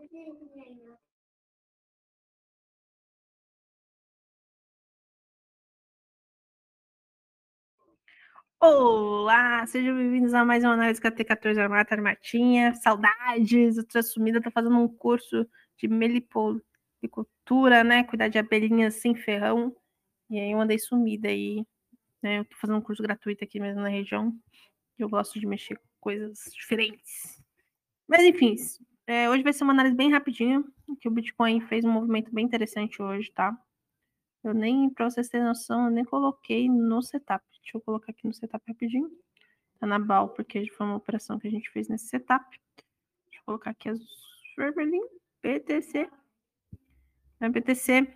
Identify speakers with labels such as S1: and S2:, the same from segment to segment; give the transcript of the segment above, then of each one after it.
S1: Olá, sejam bem-vindos a mais uma análise KT14 Armatinha. Saudades, eu tô sumida, tô fazendo um curso de meliponicultura, né? Cuidar de abelhinhas sem ferrão. E aí eu andei sumida aí, né? Eu tô fazendo um curso gratuito aqui mesmo na região. Eu gosto de mexer com coisas diferentes. Mas enfim, hoje vai ser uma análise bem rapidinha, que o Bitcoin fez um movimento bem interessante hoje, tá? Eu nem, pra vocês terem noção, eu nem coloquei no setup. Deixa eu colocar aqui no setup rapidinho. Tá na BAL, porque foi uma operação que a gente fez nesse setup. Deixa eu colocar aqui as vermelhinho, BTC. Na BTC,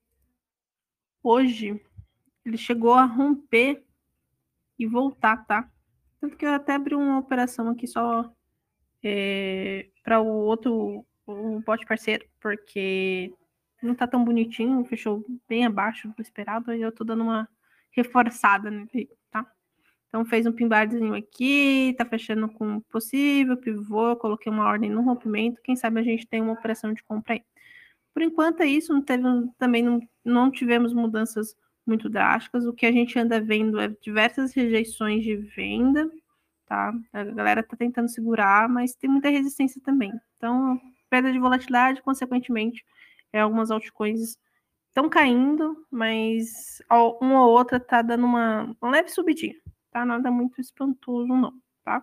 S1: hoje, ele chegou a romper e voltar, tá? Tanto que eu até abri uma operação aqui só para o outro, o bot parceiro, porque não tá tão bonitinho, fechou bem abaixo do esperado, e eu tô dando uma reforçada nele, tá? Então fez um pimbarzinho aqui, tá fechando com possível pivô, coloquei uma ordem no rompimento, quem sabe a gente tem uma operação de compra aí. Por enquanto é isso, também não tivemos mudanças muito drásticas, o que a gente anda vendo é diversas rejeições de venda, tá? A galera tá tentando segurar, mas tem muita resistência também. Então, perda de volatilidade, consequentemente, algumas altcoins estão caindo, mas uma ou outra tá dando uma leve subidinha, tá? Nada muito espantoso, não, tá?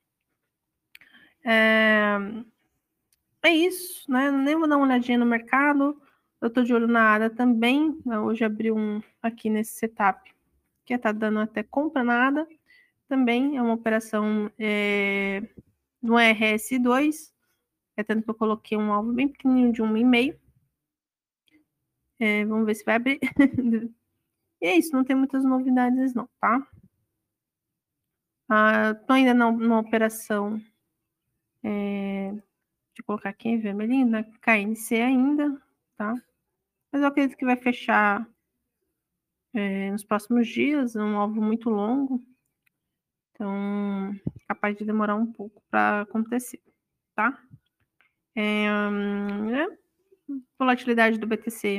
S1: É isso, né? Nem vou dar uma olhadinha no mercado. Eu tô de olho na área também. Hoje abri um aqui nesse setup que tá dando até compra na ADA. Também é uma operação no RS2. Tanto que eu coloquei um alvo bem pequenininho de 1,5. Vamos ver se vai abrir. E é isso, não tem muitas novidades não, tá? Tô ainda numa operação de colocar aqui em vermelhinho, na KNC ainda, tá? Mas eu acredito que vai fechar nos próximos dias, é um alvo muito longo, então capaz de demorar um pouco para acontecer, tá? Volatilidade do BTC.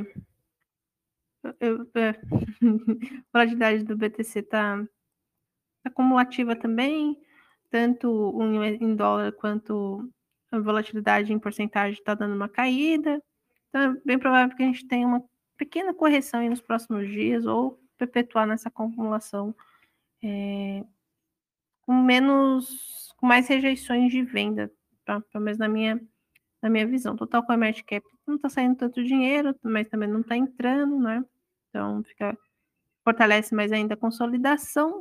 S1: Volatilidade do BTC tá acumulativa também, tanto em dólar quanto a volatilidade em porcentagem está dando uma caída. Então é bem provável que a gente tenha uma pequena correção aí nos próximos dias ou perpetuar nessa acumulação com mais rejeições de venda, tá? Pelo menos na minha visão. Total com a market cap não está saindo tanto dinheiro, mas também não está entrando, né? Então fortalece mais ainda a consolidação.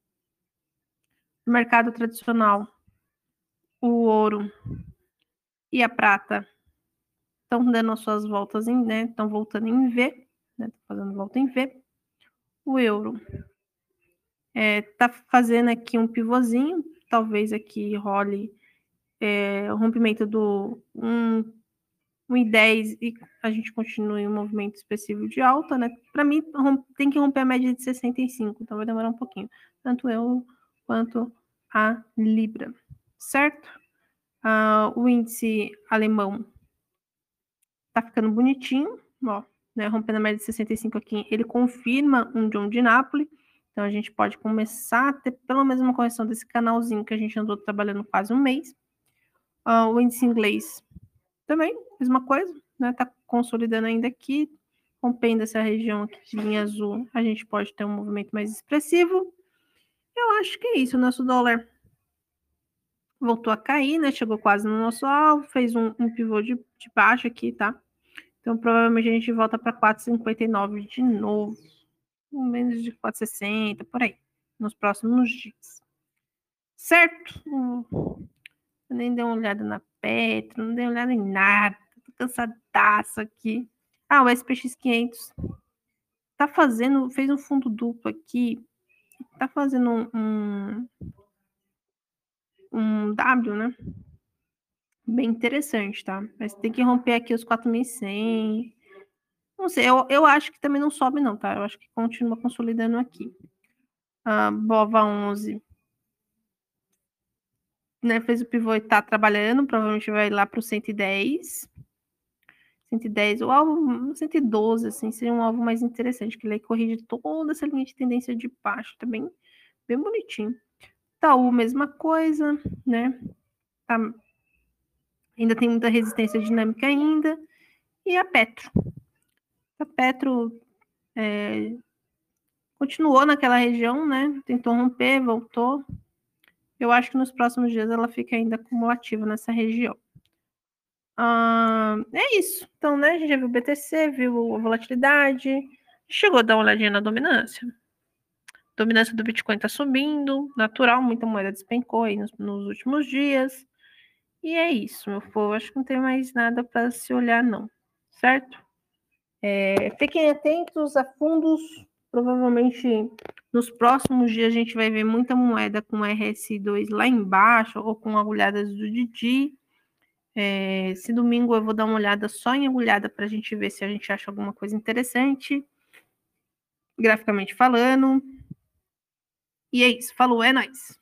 S1: No mercado tradicional, o ouro e a prata estão dando as suas voltas, né? Estão voltando em V, né? Fazendo volta em V. O euro tá fazendo aqui um pivôzinho, talvez aqui role o rompimento do 1,10 e a gente continue um movimento expressivo de alta, né? Para mim, tem que romper a média de 65, então vai demorar um pouquinho. Tanto o euro quanto a Libra, certo? O índice alemão tá ficando bonitinho, ó, né? Rompendo a média de 65 aqui, ele confirma um John de Nápoles, então a gente pode começar a ter pelo menos uma correção desse canalzinho que a gente andou trabalhando quase um mês. O índice inglês também, mesma coisa, né? Tá consolidando ainda aqui, rompendo essa região aqui de linha azul, a gente pode ter um movimento mais expressivo. Eu acho que é isso, o nosso dólar voltou a cair, né? Chegou quase no nosso alvo, fez um pivô de baixo aqui, tá? Então, provavelmente a gente volta para 4,59 de novo. Menos de 4,60, por aí. Nos próximos dias. Certo? Eu nem dei uma olhada na Petro, não dei uma olhada em nada. Tô cansadaço aqui. O SPX 500 fez um fundo duplo aqui. Tá fazendo um W, né? Bem interessante, tá? Mas tem que romper aqui os 4.100. Não sei, eu acho que também não sobe não, tá? Eu acho que continua consolidando aqui. BOVA 11 né, fez o pivô e tá trabalhando, provavelmente vai lá para o 110. 110, o alvo 112, assim, seria um alvo mais interessante, que ele aí corrige toda essa linha de tendência de baixo, tá bem bonitinho. Itaú, mesma coisa, né? Tá, ainda tem muita resistência dinâmica ainda. E a Petro. A Petro continuou naquela região, né? Tentou romper, voltou. Eu acho que nos próximos dias ela fica ainda acumulativa nessa região. É isso. Então, né? A gente já viu o BTC, viu a volatilidade. Chegou a dar uma olhadinha na dominância. A dominância do Bitcoin está subindo, natural, muita moeda despencou aí nos últimos dias. E é isso, meu povo. Acho que não tem mais nada para se olhar, não. Certo? Fiquem atentos a fundos. Provavelmente nos próximos dias a gente vai ver muita moeda com RS2 lá embaixo ou com agulhadas do Didi. Esse domingo eu vou dar uma olhada só em agulhada para a gente ver se a gente acha alguma coisa interessante, graficamente falando. E é isso. Falou, é nóis!